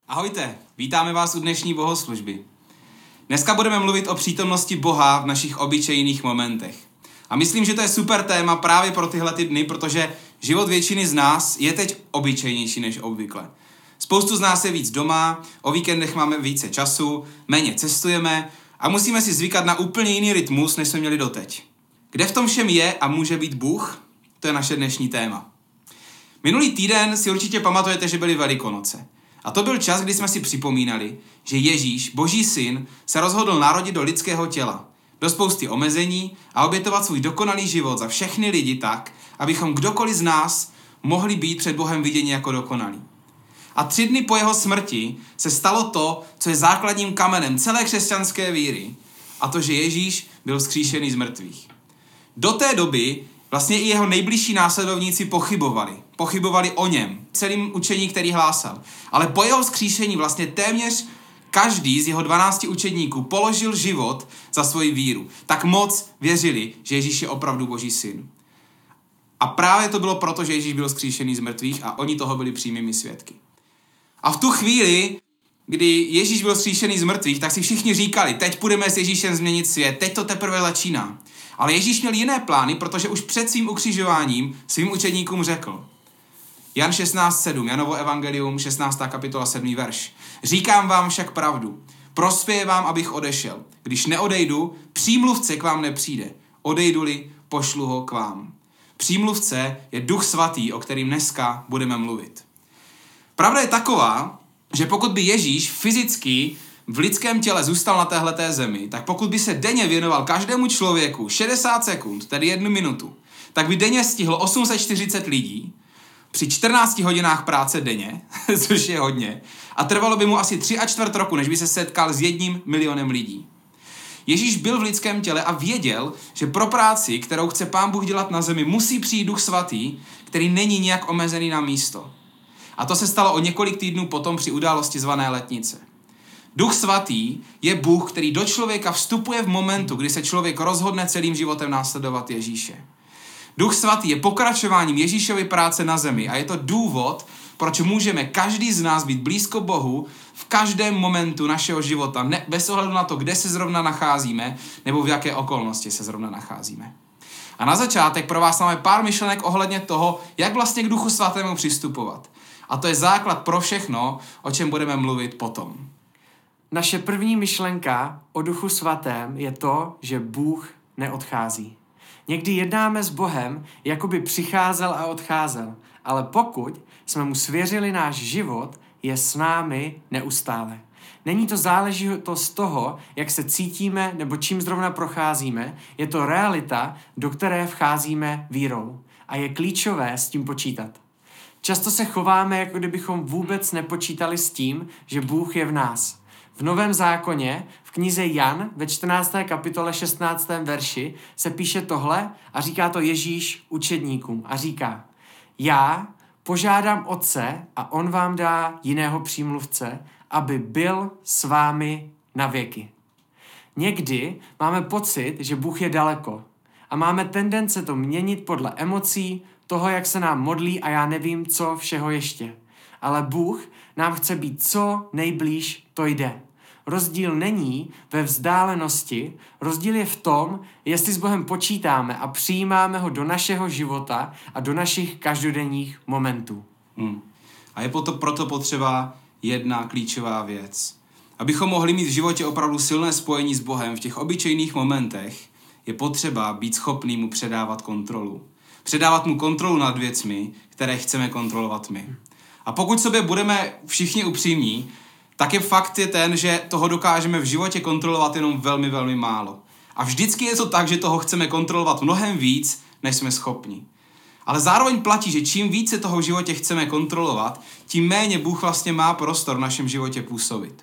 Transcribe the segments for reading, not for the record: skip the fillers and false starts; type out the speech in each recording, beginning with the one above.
Ahojte, vítáme vás u dnešní bohoslužby. Dneska budeme mluvit o přítomnosti Boha v našich obyčejných momentech. A myslím, že to je super téma právě pro tyhle dny, protože život většiny z nás je teď obyčejnější než obvykle. Spoustu z nás je víc doma, o víkendech máme více času, méně cestujeme a musíme si zvykat na úplně jiný rytmus, než jsme měli doteď. Kde v tom všem je a může být Bůh? To je naše dnešní téma. Minulý týden si určitě pamatujete, že byly Velikonoce. A to byl čas, kdy jsme si připomínali, že Ježíš, Boží syn, se rozhodl narodit do lidského těla, do spousty omezení a obětovat svůj dokonalý život za všechny lidi tak, abychom kdokoliv z nás mohli být před Bohem viděni jako dokonalí. A 3 dny po jeho smrti se stalo to, co je základním kamenem celé křesťanské víry, a to, že Ježíš byl vzkříšený z mrtvých. Do té doby vlastně i jeho nejbližší následovníci pochybovali o něm, celým učení, který hlásal. Ale po jeho vzkříšení vlastně téměř každý z jeho 12 učedníků položil život za svoji víru. Tak moc věřili, že Ježíš je opravdu Boží syn. A právě to bylo proto, že Ježíš byl vzkříšený z mrtvých a oni toho byli přímými svědky. A v tu chvíli, kdy Ježíš byl vzkříšený z mrtvých, tak si všichni říkali, teď půjdeme s Ježíšem změnit svět, teď to teprve začíná. Ale Ježíš měl jiné plány, protože už před svým ukřižováním svým učedníkům řekl. Jan 16:7, Janovo evangelium, 16. kapitola, 7. verš. Říkám vám však pravdu. Prospěje vám, abych odešel. Když neodejdu, přímluvce k vám nepřijde. Odejdu-li, pošlu ho k vám. Přímluvce je Duch Svatý, o kterým dneska budeme mluvit. Pravda je taková, že pokud by Ježíš fyzicky v lidském těle zůstal na téhleté zemi, tak pokud by se denně věnoval každému člověku 60 sekund, tedy 1 minutu, tak by denně stihl 840 lidí při 14 hodinách práce denně, což je hodně, a trvalo by mu asi 3,25 roku, než by se setkal s 1 milionem lidí. Ježíš byl v lidském těle a věděl, že pro práci, kterou chce Pán Bůh dělat na zemi, musí přijít Duch Svatý, který není nijak omezený na místo. A to se stalo o několik týdnů potom při události zvané letnice. Duch Svatý je Bůh, který do člověka vstupuje v momentu, kdy se člověk rozhodne celým životem následovat Ježíše. Duch Svatý je pokračováním Ježíšovy práce na zemi a je to důvod, proč můžeme každý z nás být blízko Bohu v každém momentu našeho života, bez ohledu na to, kde se zrovna nacházíme nebo v jaké okolnosti se zrovna nacházíme. A na začátek pro vás máme pár myšlenek ohledně toho, jak vlastně k Duchu Svatému přistupovat. A to je základ pro všechno, o čem budeme mluvit potom. Naše první myšlenka o Duchu Svatém je to, že Bůh neodchází. Někdy jednáme s Bohem, jako by přicházel a odcházel, ale pokud jsme mu svěřili náš život, je s námi neustále. Není to záležitost toho, jak se cítíme nebo čím zrovna procházíme, je to realita, do které vcházíme vírou a je klíčové s tím počítat. Často se chováme, jako kdybychom vůbec nepočítali s tím, že Bůh je v nás. V Novém zákoně, v knize Jan, ve 14. kapitole 16. verši, se píše tohle a říká to Ježíš učedníkům a říká: Já požádám Otce a on vám dá jiného přímluvce, aby byl s vámi na věky. Někdy máme pocit, že Bůh je daleko a máme tendence to měnit podle emocí, toho, jak se nám modlí a já nevím, co všeho ještě. Ale Bůh nám chce být co nejblíž to jde. Rozdíl není ve vzdálenosti, rozdíl je v tom, jestli s Bohem počítáme a přijímáme ho do našeho života a do našich každodenních momentů. A je proto potřeba jedna klíčová věc. Abychom mohli mít v životě opravdu silné spojení s Bohem v těch obyčejných momentech, je potřeba být schopný mu předávat kontrolu. Předávat mu kontrolu nad věcmi, které chceme kontrolovat my. A pokud sobě budeme všichni upřímní, tak je fakt ten, že toho dokážeme v životě kontrolovat jenom velmi, velmi málo. A vždycky je to tak, že toho chceme kontrolovat mnohem víc, než jsme schopni. Ale zároveň platí, že čím více toho v životě chceme kontrolovat, tím méně Bůh vlastně má prostor v našem životě působit.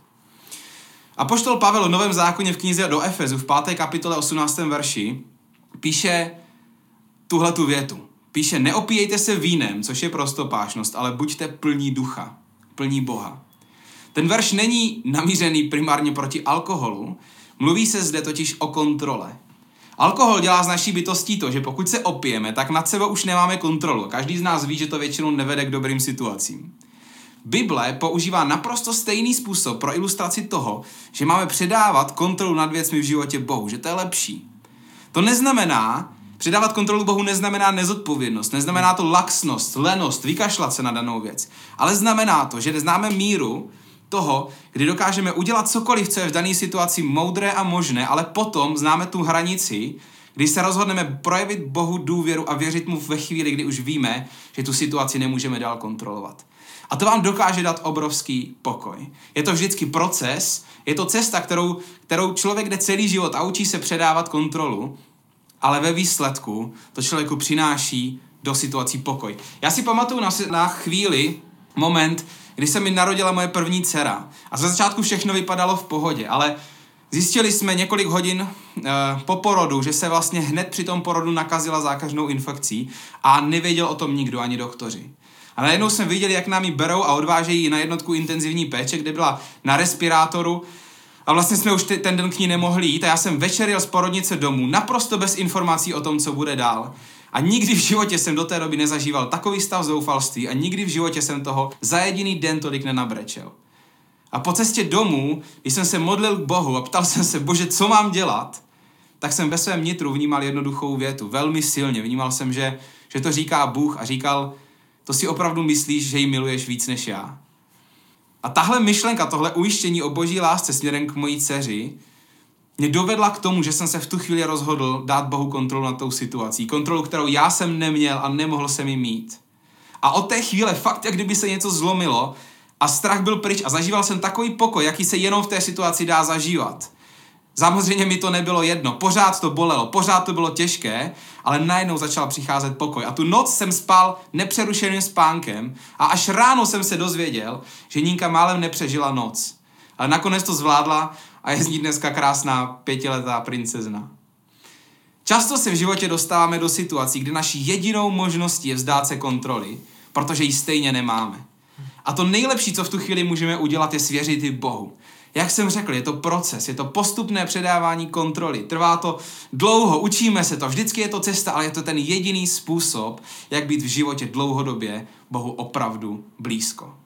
Apoštol Pavel v Novém zákoně v knize do Efezu v 5. kapitole 18. verši píše tuhletu větu. Píše: neopíjejte se vínem, což je prostopášnost, ale buďte plní ducha, plní Boha. Ten verš není namířený primárně proti alkoholu, mluví se zde totiž o kontrole. Alkohol dělá z naší bytostí to, že pokud se opijeme, tak nad sebou už nemáme kontrolu. Každý z nás ví, že to většinou nevede k dobrým situacím. Bible používá naprosto stejný způsob pro ilustraci toho, že máme předávat kontrolu nad věcmi v životě Bohu, že to je lepší. To neznamená, předávat kontrolu Bohu neznamená nezodpovědnost, neznamená to laxnost, lenost, vykašlat se na danou věc, ale znamená to, že známe míru toho, kdy dokážeme udělat cokoliv, co je v dané situaci moudré a možné, ale potom známe tu hranici, kdy se rozhodneme projevit Bohu důvěru a věřit mu ve chvíli, kdy už víme, že tu situaci nemůžeme dál kontrolovat. A to vám dokáže dát obrovský pokoj. Je to vždycky proces, je to cesta, kterou člověk jde celý život a učí se předávat kontrolu, ale ve výsledku to člověku přináší do situací pokoj. Já si pamatuju na chvíli, moment, kdy se mi narodila moje první dcera. A za začátku všechno vypadalo v pohodě, ale zjistili jsme několik hodin po porodu, že se vlastně hned při tom porodu nakazila zákeřnou infekcí a nevěděl o tom nikdo, ani doktoři. A najednou jsme viděli, jak nám ji berou a odvážejí ji na jednotku intenzivní péče, kde byla na respirátoru a vlastně jsme už ten den k ní nemohli jít a já jsem večer jel z porodnice domů naprosto bez informací o tom, co bude dál. A nikdy v životě jsem do té doby nezažíval takový stav zoufalství a nikdy v životě jsem toho za jediný den tolik nenabrečel. A po cestě domů, když jsem se modlil k Bohu a ptal jsem se, Bože, co mám dělat, tak jsem ve svém nitru vnímal jednoduchou větu, velmi silně. Vnímal jsem, že to říká Bůh a říkal, to si opravdu myslíš, že ji miluješ víc než já. A tahle myšlenka, tohle ujištění o Boží lásce směrem k mojí dceři mě dovedla k tomu, že jsem se v tu chvíli rozhodl dát Bohu kontrolu nad tou situací. Kontrolu, kterou já jsem neměl a nemohl jsem ji mít. A od té chvíle fakt, jak kdyby se něco zlomilo a strach byl pryč a zažíval jsem takový pokoj, jaký se jenom v té situaci dá zažívat. Samozřejmě mi to nebylo jedno, pořád to bolelo, pořád to bylo těžké, ale najednou začal přicházet pokoj. A tu noc jsem spal nepřerušeným spánkem a až ráno jsem se dozvěděl, že Nínka málem nepřežila noc. Ale nakonec to zvládla a je z ní dneska krásná 5letá princezna. Často se v životě dostáváme do situací, kdy naší jedinou možností je vzdát se kontroly, protože ji stejně nemáme. A to nejlepší, co v tu chvíli můžeme udělat, je svěřit ji Bohu. Jak jsem řekl, je to proces, je to postupné předávání kontroly. Trvá to dlouho, učíme se to, vždycky je to cesta, ale je to ten jediný způsob, jak být v životě dlouhodobě Bohu opravdu blízko.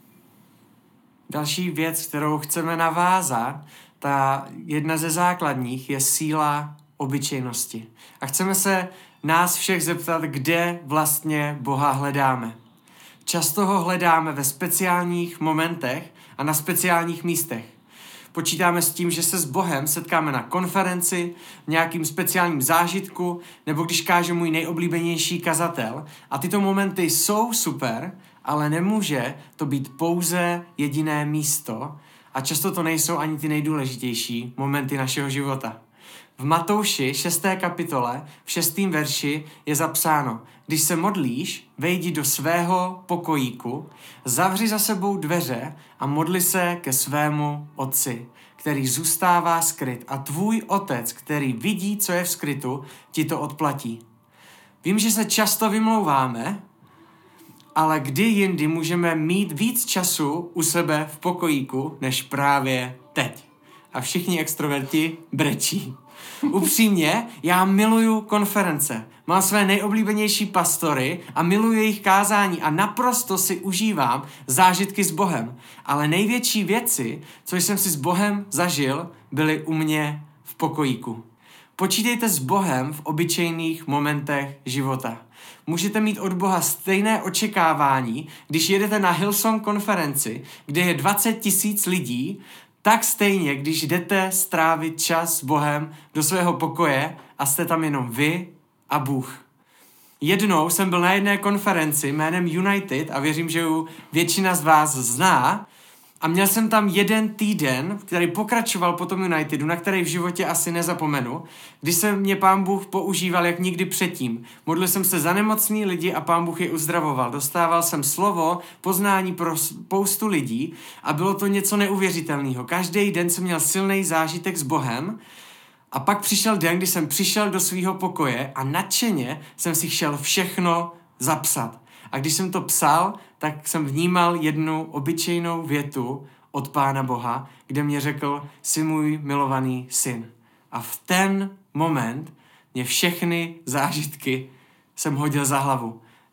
Další věc, kterou chceme navázat, ta jedna ze základních, je síla obyčejnosti. A chceme se nás všech zeptat, kde vlastně Boha hledáme. Často ho hledáme ve speciálních momentech a na speciálních místech. Počítáme s tím, že se s Bohem setkáme na konferenci, v nějakým speciálním zážitku, nebo když káže můj nejoblíbenější kazatel. A tyto momenty jsou super, ale nemůže to být pouze jediné místo a často to nejsou ani ty nejdůležitější momenty našeho života. V Matouši 6. kapitole v 6. verši je zapsáno: Když se modlíš, vejdi do svého pokojíku, zavři za sebou dveře a modli se ke svému otci, který zůstává skryt, a tvůj otec, který vidí, co je v skrytu, ti to odplatí. Vím, že se často vymlouváme, ale kdy jindy můžeme mít víc času u sebe v pokojíku, než právě teď. A všichni extroverti brečí. Upřímně, já miluju konference. Mám své nejoblíbenější pastory a miluju jejich kázání a naprosto si užívám zážitky s Bohem. Ale největší věci, co jsem si s Bohem zažil, byly u mě v pokojíku. Počítejte s Bohem v obyčejných momentech života. Můžete mít od Boha stejné očekávání, když jedete na Hillsong konferenci, kde je 20 000 lidí, tak stejně, když jdete strávit čas s Bohem do svého pokoje a jste tam jenom vy a Bůh. Jednou jsem byl na jedné konferenci jménem United a věřím, že ji většina z vás zná. A měl jsem tam jeden týden, který pokračoval po tom Unitedu, na který v životě asi nezapomenu, kdy se mě Pán Bůh používal jak nikdy předtím. Modlil jsem se za nemocný lidi a Pán Bůh je uzdravoval. Dostával jsem slovo, poznání pro spoustu lidí a bylo to něco neuvěřitelného. Každý den jsem měl silný zážitek s Bohem a pak přišel den, kdy jsem přišel do svého pokoje a nadšeně jsem si chtěl všechno zapsat. A když jsem to psal, tak jsem vnímal jednu obyčejnou větu od Pána Boha, kde mě řekl: jsi můj milovaný syn. A v ten moment mě všechny zážitky jsem hodil za hlavu.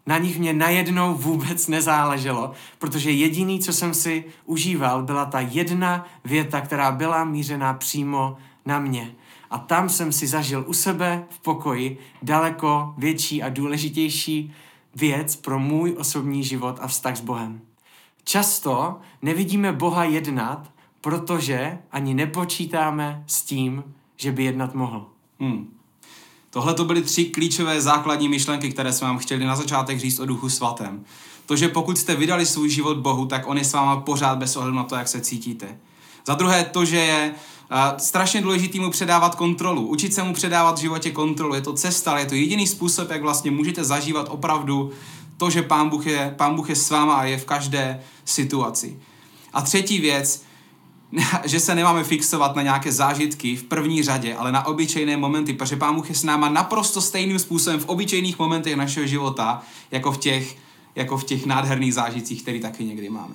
Na nich mě najednou vůbec nezáleželo, protože jediný, co jsem si užíval, byla ta jedna věta, která byla mířená přímo na mě. A tam jsem si zažil u sebe v pokoji daleko větší a důležitější věc pro můj osobní život a vztah s Bohem. Často nevidíme Boha jednat, protože ani nepočítáme s tím, že by jednat mohl. Tohle to byly 3 klíčové základní myšlenky, které jsme vám chtěli na začátek říct o Duchu Svatém. To, že pokud jste vydali svůj život Bohu, tak on je s váma pořád bez ohledu na to, jak se cítíte. Za druhé to, že je strašně důležitý mu předávat kontrolu. Učit se mu předávat v životě kontrolu. Je to cesta, ale je to jediný způsob, jak vlastně můžete zažívat opravdu to, že Pán Bůh je s váma a je v každé situaci. A třetí věc, že se nemáme fixovat na nějaké zážitky v první řadě, ale na obyčejné momenty, protože Pán Bůh je s náma naprosto stejným způsobem v obyčejných momentech našeho života, jako v těch nádherných zážitcích, které taky někdy máme.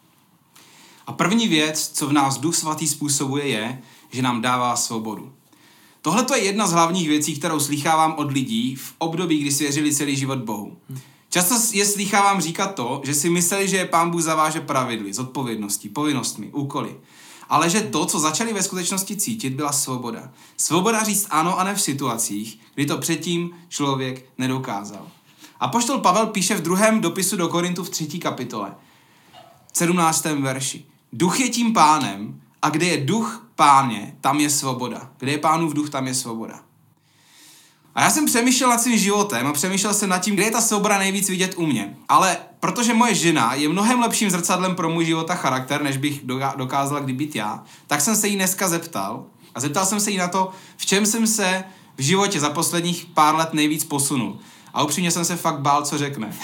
A první věc, co v nás Duch Svatý způsobuje, je, že nám dává svobodu. Tohle je jedna z hlavních věcí, kterou slýchávám od lidí v období, kdy svěřili celý život Bohu. Často je slýchávám říkat to, že si mysleli, že je Pán Bůh zaváže pravidly, zodpovědností, povinnostmi, úkoly. Ale že to, co začali ve skutečnosti cítit, byla svoboda. Svoboda říct ano a ne v situacích, kdy to předtím člověk nedokázal. Apoštol Pavel píše v 2. dopisu do Korintu v 3. kapitole, 17. verši. Duch je tím Pánem a kde je duch Páně, tam je svoboda. Kde je Pánův duch, tam je svoboda. A já jsem přemýšlel nad svým životem a přemýšlel jsem nad tím, kde je ta svoboda nejvíc vidět u mě. Ale protože moje žena je mnohem lepším zrcadlem pro můj život a charakter, než bych dokázala kdy být já, tak jsem se jí dneska zeptal. A zeptal jsem se jí na to, v čem jsem se v životě za posledních pár let nejvíc posunul. A upřímně jsem se fakt bál, co řekne.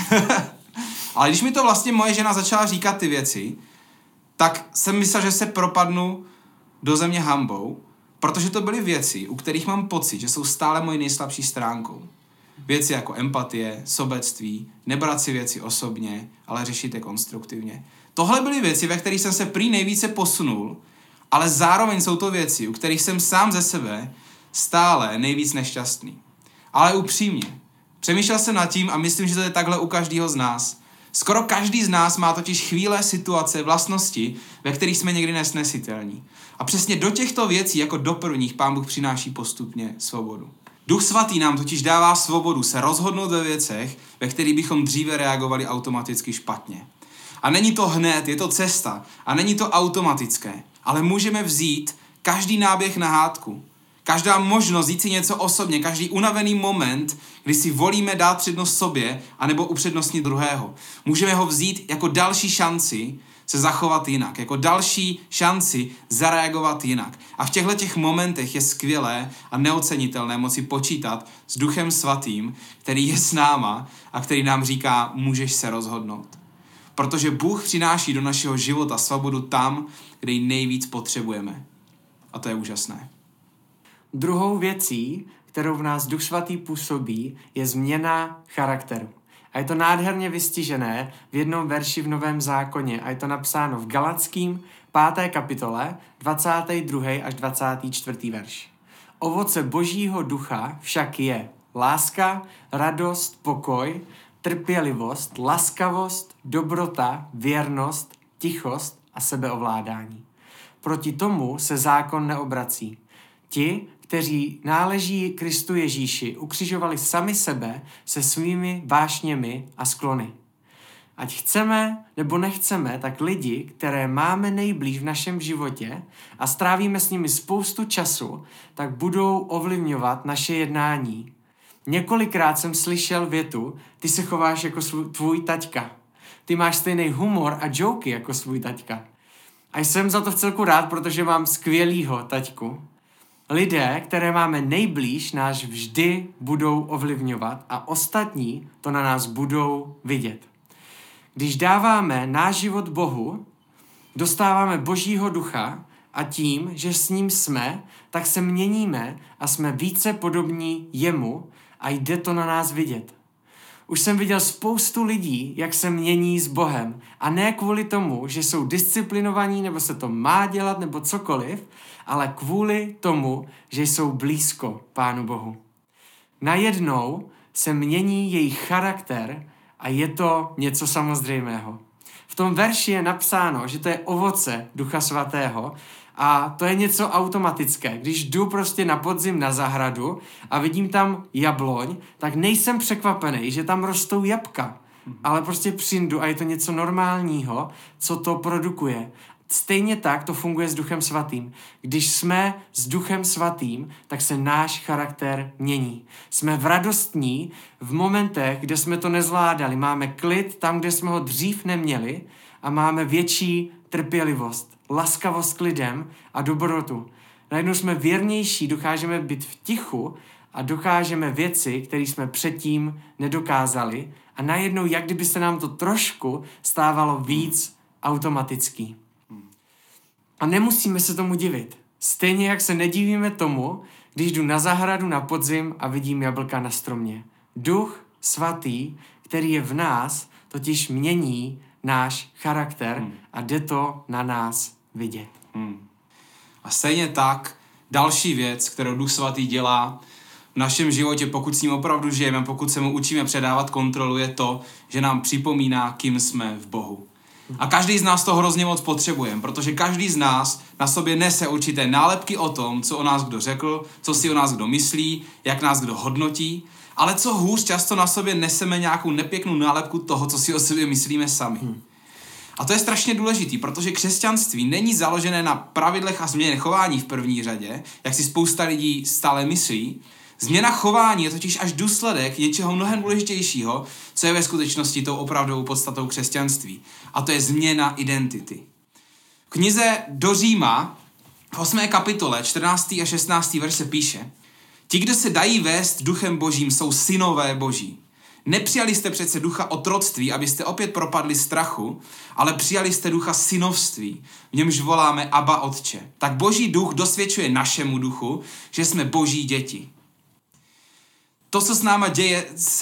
Ale když mi to vlastně moje žena začala říkat ty věci, tak jsem myslel, že se propadnu do země hanbou, protože to byly věci, u kterých mám pocit, že jsou stále mojí nejslabší stránkou. Věci jako empatie, sobectví, nebrat si věci osobně, ale řešit je konstruktivně. Tohle byly věci, ve kterých jsem se prý nejvíce posunul, ale zároveň jsou to věci, u kterých jsem sám ze sebe stále nejvíc nešťastný. Ale upřímně, přemýšlel jsem nad tím a myslím, že to je takhle u každého z nás. Skoro každý z nás má totiž chvíle, situace, vlastnosti, ve kterých jsme někdy nesnesitelní. A přesně do těchto věcí, jako do prvních, Pán Bůh přináší postupně svobodu. Duch Svatý nám totiž dává svobodu se rozhodnout ve věcech, ve kterých bychom dříve reagovali automaticky špatně. A není to hned, je to cesta. A není to automatické. Ale můžeme vzít každý náběh na hádku. Každá možnost jít si něco osobně, každý unavený moment, kdy si volíme dát přednost sobě, anebo upřednostnit druhého. Můžeme ho vzít jako další šanci se zachovat jinak, jako další šanci zareagovat jinak. A v těchto momentech je skvělé a neocenitelné moci počítat s Duchem Svatým, který je s náma a který nám říká, můžeš se rozhodnout. Protože Bůh přináší do našeho života svobodu tam, kde ji nejvíc potřebujeme. A to je úžasné. Druhou věcí, kterou v nás Duch Svatý působí, je změna charakteru. A je to nádherně vystižené v jednom verši v Novém zákoně a je to napsáno v Galatským 5. kapitole 22. až 24. verš. Ovoce Božího ducha však je láska, radost, pokoj, trpělivost, laskavost, dobrota, věrnost, tichost a sebeovládání. Proti tomu se zákon neobrací. Ti, kteří náleží Kristu Ježíši, ukřižovali sami sebe se svými vášněmi a sklony. Ať chceme nebo nechceme, tak lidi, které máme nejblíž v našem životě a strávíme s nimi spoustu času, tak budou ovlivňovat naše jednání. Několikrát jsem slyšel větu, ty se chováš jako tvůj taťka. Ty máš stejný humor a joky jako svůj taťka. A jsem za to vcelku rád, protože mám skvělýho taťku. Lidé, které máme nejblíž, nás vždy budou ovlivňovat a ostatní to na nás budou vidět. Když dáváme náš život Bohu, dostáváme Božího ducha a tím, že s ním jsme, tak se měníme a jsme více podobní jemu a jde to na nás vidět. Už jsem viděl spoustu lidí, jak se mění s Bohem a ne kvůli tomu, že jsou disciplinovaní nebo se to má dělat nebo cokoliv, ale kvůli tomu, že jsou blízko Pánu Bohu. Najednou se mění jejich charakter a je to něco samozřejmého. V tom verši je napsáno, že to je ovoce Ducha Svatého a to je něco automatické. Když jdu prostě na podzim na zahradu a vidím tam jabloň, tak nejsem překvapený, že tam rostou jabka. Ale prostě přijdu a je to něco normálního, co to produkuje. Stejně tak to funguje s Duchem Svatým. Když jsme s Duchem Svatým, tak se náš charakter mění. Jsme v radostní v momentech, kde jsme to nezvládali. Máme klid tam, kde jsme ho dřív neměli a máme větší trpělivost, laskavost k lidem a dobrotu. Najednou jsme věrnější, dokážeme být v tichu a dokážeme věci, které jsme předtím nedokázali a najednou, jak kdyby se nám to trošku stávalo víc automatický. A nemusíme se tomu divit. Stejně jak se nedivíme tomu, když jdu na zahradu na podzim a vidím jablka na stromě. Duch Svatý, který je v nás, totiž mění náš charakter a jde to na nás vidět. A stejně tak další věc, kterou Duch Svatý dělá v našem životě, pokud s ním opravdu žijeme, pokud se mu učíme předávat kontrolu, je to, že nám připomíná, kým jsme v Bohu. A každý z nás to hrozně moc potřebujeme, protože každý z nás na sobě nese určité nálepky o tom, co o nás kdo řekl, co si o nás kdo myslí, jak nás kdo hodnotí, ale co hůř, často na sobě neseme nějakou nepěknou nálepku toho, co si o sobě myslíme sami. A to je strašně důležitý, protože křesťanství není založené na pravidlech a změně chování v první řadě, jak si spousta lidí stále myslí. Změna chování je totiž až důsledek něčeho mnohem důležitějšího, co je ve skutečnosti tou opravdovou podstatou křesťanství. A to je změna identity. V knize do Říma v 8. kapitole 14. a 16. verš se píše: Ti, kdo se dají vést duchem božím, jsou synové boží. Nepřijali jste přece ducha otroctví, abyste opět propadli strachu, ale přijali jste ducha synovství, v němž voláme Abba Otče. Tak boží duch dosvědčuje našemu duchu, že jsme boží děti. To, co s náma děje,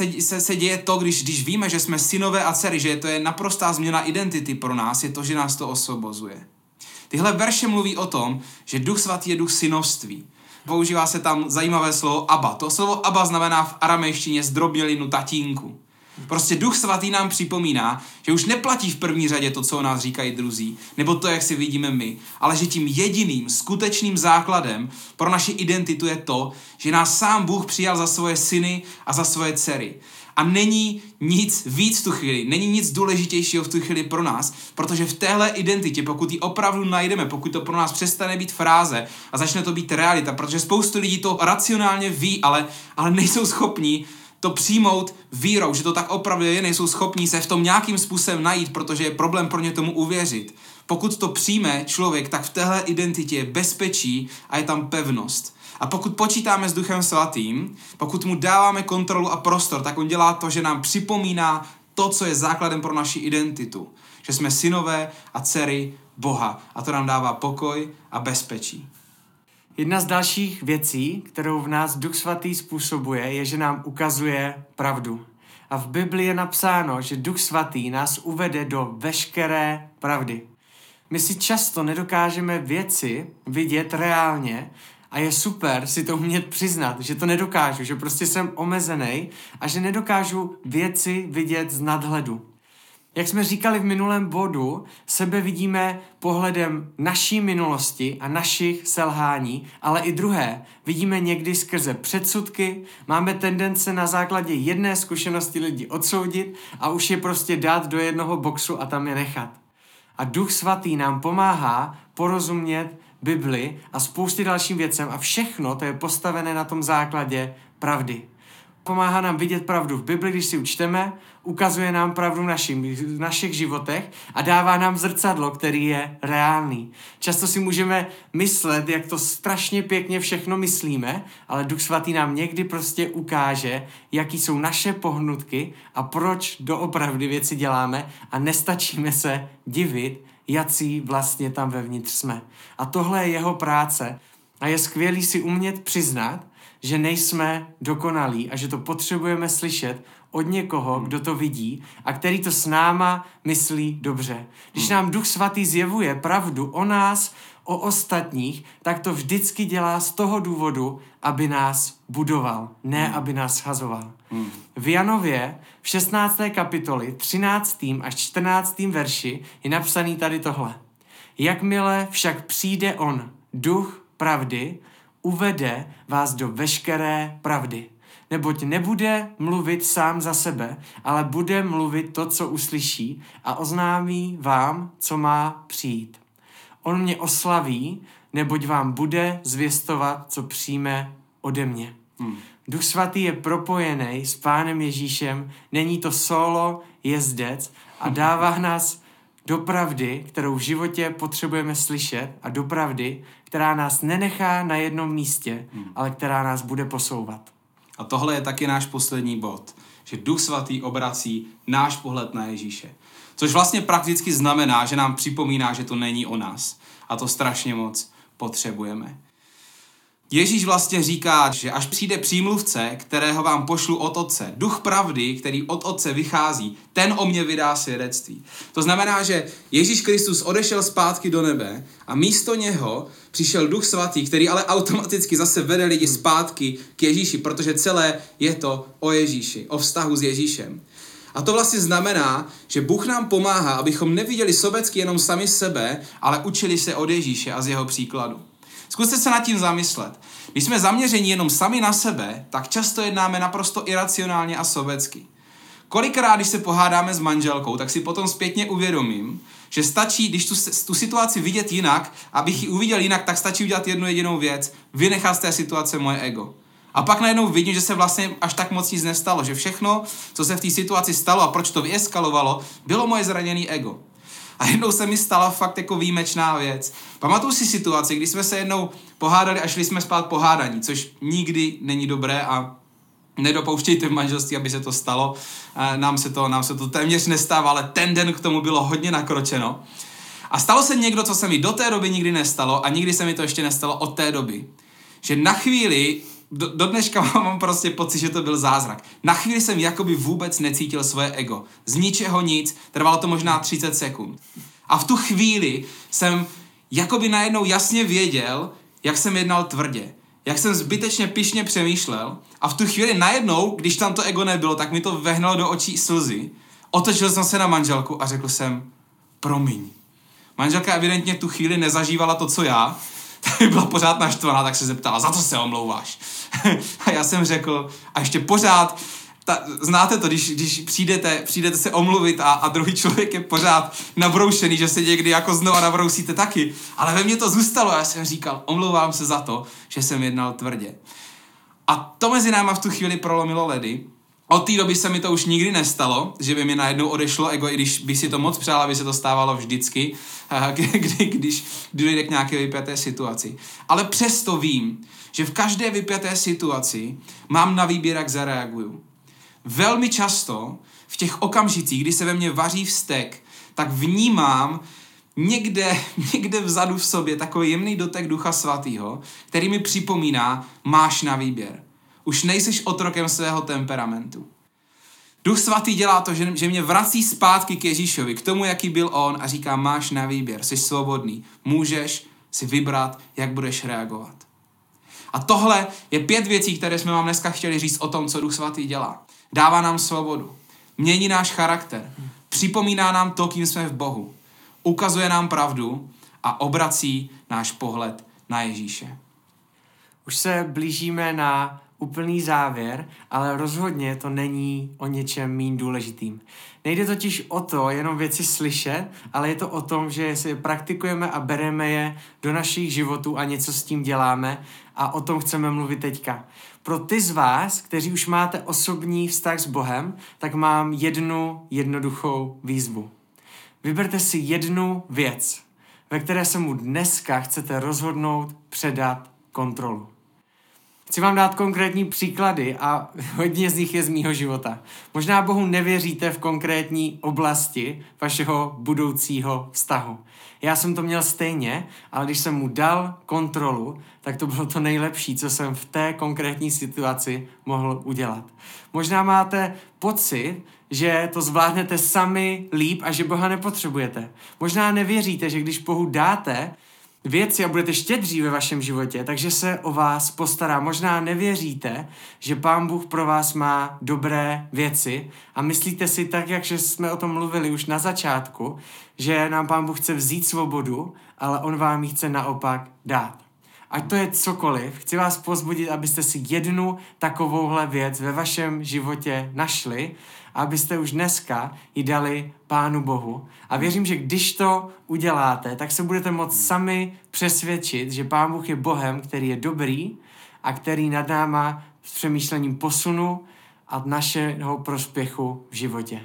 se děje to, když víme, že jsme synové a dcery, že to je naprostá změna identity pro nás, je to, že nás to osvobozuje. Tyhle verše mluví o tom, že Duch Svatý je duch synovství. Používá se tam zajímavé slovo Abba. To slovo Abba znamená v aramejštině zdrobnělinu tatínku. Prostě Duch Svatý nám připomíná, že už neplatí v první řadě to, co o nás říkají druzí, nebo to, jak si vidíme my, ale že tím jediným, skutečným základem pro naši identitu je to, že nás sám Bůh přijal za svoje syny a za svoje dcery. A není nic víc v tu chvíli, není nic důležitějšího v tu chvíli pro nás, protože v téhle identitě, pokud ji opravdu najdeme, pokud to pro nás přestane být fráze a začne to být realita, protože spoustu lidí to racionálně ví, ale nejsou schopní to přijmout vírou, že to tak opravdu je, nejsou schopní se v tom nějakým způsobem najít, protože je problém pro ně tomu uvěřit. Pokud to přijme člověk, tak v téhle identitě je bezpečí a je tam pevnost. A pokud počítáme s Duchem Svatým, pokud mu dáváme kontrolu a prostor, tak on dělá to, že nám připomíná to, co je základem pro naši identitu. Že jsme synové a dcery Boha. A to nám dává pokoj a bezpečí. Jedna z dalších věcí, kterou v nás Duch Svatý způsobuje, je, že nám ukazuje pravdu. A v Bibli je napsáno, že Duch Svatý nás uvede do veškeré pravdy. My si často nedokážeme věci vidět reálně a je super si to umět přiznat, že to nedokážu, že prostě jsem omezený a že nedokážu věci vidět z nadhledu. Jak jsme říkali v minulém bodu, sebe vidíme pohledem naší minulosti a našich selhání, ale i druhé. Vidíme někdy skrze předsudky, máme tendence na základě jedné zkušenosti lidi odsoudit a už je prostě dát do jednoho boxu a tam je nechat. A Duch Svatý nám pomáhá porozumět Bibli a spousty dalším věcem a všechno to je postavené na tom základě pravdy. Pomáhá nám vidět pravdu v Bibli, když si učteme, ukazuje nám pravdu v našich životech a dává nám zrcadlo, který je reálný. Často si můžeme myslet, jak to strašně pěkně všechno myslíme, ale Duch Svatý nám někdy prostě ukáže, jaký jsou naše pohnutky a proč doopravdy věci děláme a nestačíme se divit, jací vlastně tam vevnitř jsme. A tohle je jeho práce a je skvělý si umět přiznat, že nejsme dokonalí a že to potřebujeme slyšet od někoho, kdo to vidí a který to s náma myslí dobře. Když nám Duch Svatý zjevuje pravdu o nás, o ostatních, tak to vždycky dělá z toho důvodu, aby nás budoval, ne aby nás shazoval. V Janově v 16. kapitoli 13. až 14. verši je napsaný tady tohle. Jakmile však přijde on, duch pravdy, uvede vás do veškeré pravdy. Neboť nebude mluvit sám za sebe, ale bude mluvit to, co uslyší a oznámí vám, co má přijít. On mě oslaví, neboť vám bude zvěstovat, co přijme ode mě. Duch svatý je propojený s Pánem Ježíšem, není to solo jezdec a dává nás do pravdy, kterou v životě potřebujeme slyšet a do pravdy, která nás nenechá na jednom místě, ale která nás bude posouvat. A tohle je taky náš poslední bod, že Duch svatý obrací náš pohled na Ježíše. Což vlastně prakticky znamená, že nám připomíná, že to není o nás. A to strašně moc potřebujeme. Ježíš vlastně říká, že až přijde přímluvce, kterého vám pošlu od Otce, Duch pravdy, který od Otce vychází, ten o mě vydá svědectví. To znamená, že Ježíš Kristus odešel zpátky do nebe a místo něho přišel Duch svatý, který ale automaticky zase vede lidi zpátky k Ježíši, protože celé je to o Ježíši, o vztahu s Ježíšem. A to vlastně znamená, že Bůh nám pomáhá, abychom neviděli sobecky jenom sami sebe, ale učili se od Ježíše a z jeho příkladu. Zkuste se nad tím zamyslet. Když jsme zaměřeni jenom sami na sebe, tak často jednáme naprosto iracionálně a sobecky. Kolikrát, když se pohádáme s manželkou, tak si potom zpětně uvědomím, že stačí, když tu situaci vidět jinak, abych ji uviděl jinak, tak stačí udělat jednu jedinou věc, vynechat z té situace moje ego. A pak najednou vidím, že se vlastně až tak moc nic nestalo, že všechno, co se v té situaci stalo a proč to vyeskalovalo, bylo moje zraněné ego. A jednou se mi stala fakt jako výjimečná věc. Pamatuju si situaci, kdy jsme se jednou pohádali a šli jsme spát po hádání, což nikdy není dobré a nedopouštějte v manželství, aby se to stalo. Nám se to téměř nestává, ale ten den k tomu bylo hodně nakročeno. A stalo se někdo, co se mi do té doby nikdy nestalo a nikdy se mi to ještě nestalo od té doby. Že na chvíli, do dneška mám prostě pocit, že to byl zázrak. Na chvíli jsem jakoby vůbec necítil svoje ego. Z ničeho nic, trvalo to možná 30 sekund. A v tu chvíli jsem jakoby najednou jasně věděl, jak jsem jednal tvrdě. Jak jsem zbytečně pyšně přemýšlel a v tu chvíli najednou, když tam to ego nebylo, tak mi to vehnalo do očí slzy. Otočil jsem se na manželku a řekl jsem, promiň. Manželka evidentně tu chvíli nezažívala to, co já, tak byla pořád naštvaná, tak se zeptala, za co se omlouváš? A já jsem řekl, a ještě pořád, znáte to, když přijdete se omluvit a druhý člověk je pořád nabroušený, že se někdy jako znova nabrousíte taky. Ale ve mně to zůstalo a já jsem říkal, omlouvám se za to, že jsem jednal tvrdě. A to mezi náma v tu chvíli prolomilo ledy. Od té doby se mi to už nikdy nestalo, že by mi najednou odešlo ego, i když by si to moc přál, aby se to stávalo vždycky, když dojde k nějaké vypjaté situaci. Ale přesto vím, že v každé vypjaté situaci mám na výběr, jak zareaguju. Velmi často v těch okamžicích, kdy se ve mně vaří vztek, tak vnímám někde vzadu v sobě takový jemný dotek Ducha Svatého, který mi připomíná, máš na výběr. Už nejseš otrokem svého temperamentu. Duch Svatý dělá to, že mě vrací zpátky k Ježíšovi, k tomu, jaký byl on a říká, máš na výběr, jsi svobodný, můžeš si vybrat, jak budeš reagovat. A tohle je 5 věcí, které jsme vám dneska chtěli říct o tom, co Duch Svatý dělá. Dává nám svobodu, mění náš charakter, připomíná nám to, kým jsme v Bohu, ukazuje nám pravdu a obrací náš pohled na Ježíše. Už se blížíme na úplný závěr, ale rozhodně to není o něčem méně důležitým. Nejde totiž o to jenom věci slyšet, ale je to o tom, že si je praktikujeme a bereme je do našich životů a něco s tím děláme a o tom chceme mluvit teďka. Pro ty z vás, kteří už máte osobní vztah s Bohem, tak mám jednu jednoduchou výzvu. Vyberte si jednu věc, ve které se mu dneska chcete rozhodnout předat kontrolu. Chci vám dát konkrétní příklady a hodně z nich je z mýho života. Možná Bohu nevěříte v konkrétní oblasti vašeho budoucího vztahu. Já jsem to měl stejně, ale když jsem mu dal kontrolu, tak to bylo to nejlepší, co jsem v té konkrétní situaci mohl udělat. Možná máte pocit, že to zvládnete sami líp a že Boha nepotřebujete. Možná nevěříte, že když Bohu dáte věci a budete štědří ve vašem životě, takže se o vás postará. Možná nevěříte, že Pán Bůh pro vás má dobré věci a myslíte si tak, jak jsme o tom mluvili už na začátku, že nám Pán Bůh chce vzít svobodu, ale on vám ji chce naopak dát. Ať to je cokoliv, chci vás povzbudit, abyste si jednu takovouhle věc ve vašem životě našli a abyste už dneska ji dali Pánu Bohu. A věřím, že když to uděláte, tak se budete moct sami přesvědčit, že Pán Bůh je Bohem, který je dobrý a který nad náma s přemýšlením posunu a našeho prospěchu v životě.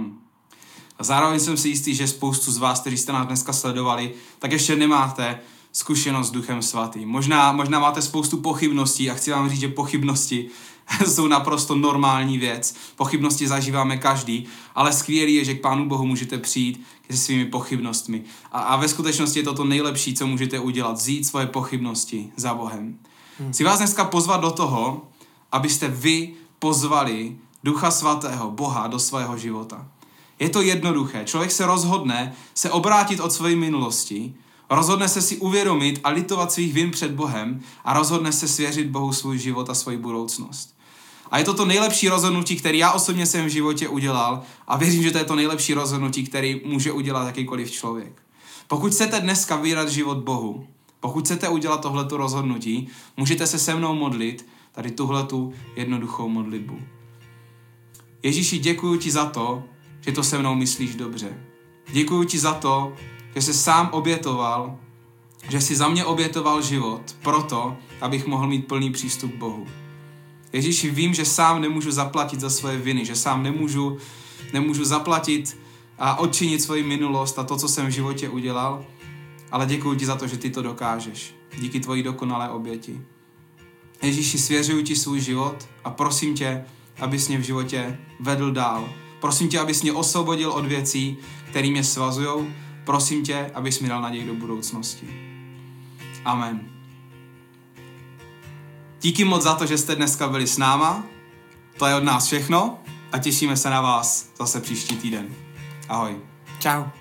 A zároveň jsem si jistý, že spoustu z vás, kteří jste nás dneska sledovali, tak ještě nemáte zkušenost s Duchem Svatým. Možná máte spoustu pochybností a chci vám říct, že pochybnosti jsou naprosto normální věc. Pochybnosti zažíváme každý, ale skvělý je, že k Pánu Bohu můžete přijít se svými pochybnostmi. A ve skutečnosti je to nejlepší, co můžete udělat, vzít svoje pochybnosti za Bohem. Chci vás dneska pozvat do toho, abyste vy pozvali Ducha Svatého, Boha, do svého života. Je to jednoduché. Člověk se rozhodne se obrátit od své minulosti, rozhodne se si uvědomit a litovat svých vin před Bohem a rozhodne se svěřit Bohu svůj život a svoji budoucnost. A je to nejlepší rozhodnutí, které já osobně jsem v životě udělal a věřím, že to je to nejlepší rozhodnutí, který může udělat jakýkoliv člověk. Pokud chcete dneska vydat život Bohu, pokud chcete udělat tohleto rozhodnutí, můžete se se mnou modlit tady tuhletu jednoduchou modlitbu. Ježíši, děkuji ti za to, že to se mnou myslíš dobře. Děkuji ti za to, že jsi sám obětoval, že jsi za mě obětoval život proto, abych mohl mít plný přístup k Bohu. Ježíši, vím, že sám nemůžu zaplatit za svoje viny, že sám nemůžu zaplatit a odčinit svoji minulost a to, co jsem v životě udělal, ale děkuji ti za to, že ty to dokážeš. Díky tvojí dokonalé oběti. Ježíši, svěřuju ti svůj život a prosím tě, abys mě v životě vedl dál. Prosím tě, abys mě osvobodil od věcí, které mě svazujou. Prosím tě, abys mi dal naději do budoucnosti. Amen. Díky moc za to, že jste dneska byli s náma. To je od nás všechno a těšíme se na vás zase příští týden. Ahoj. Čau.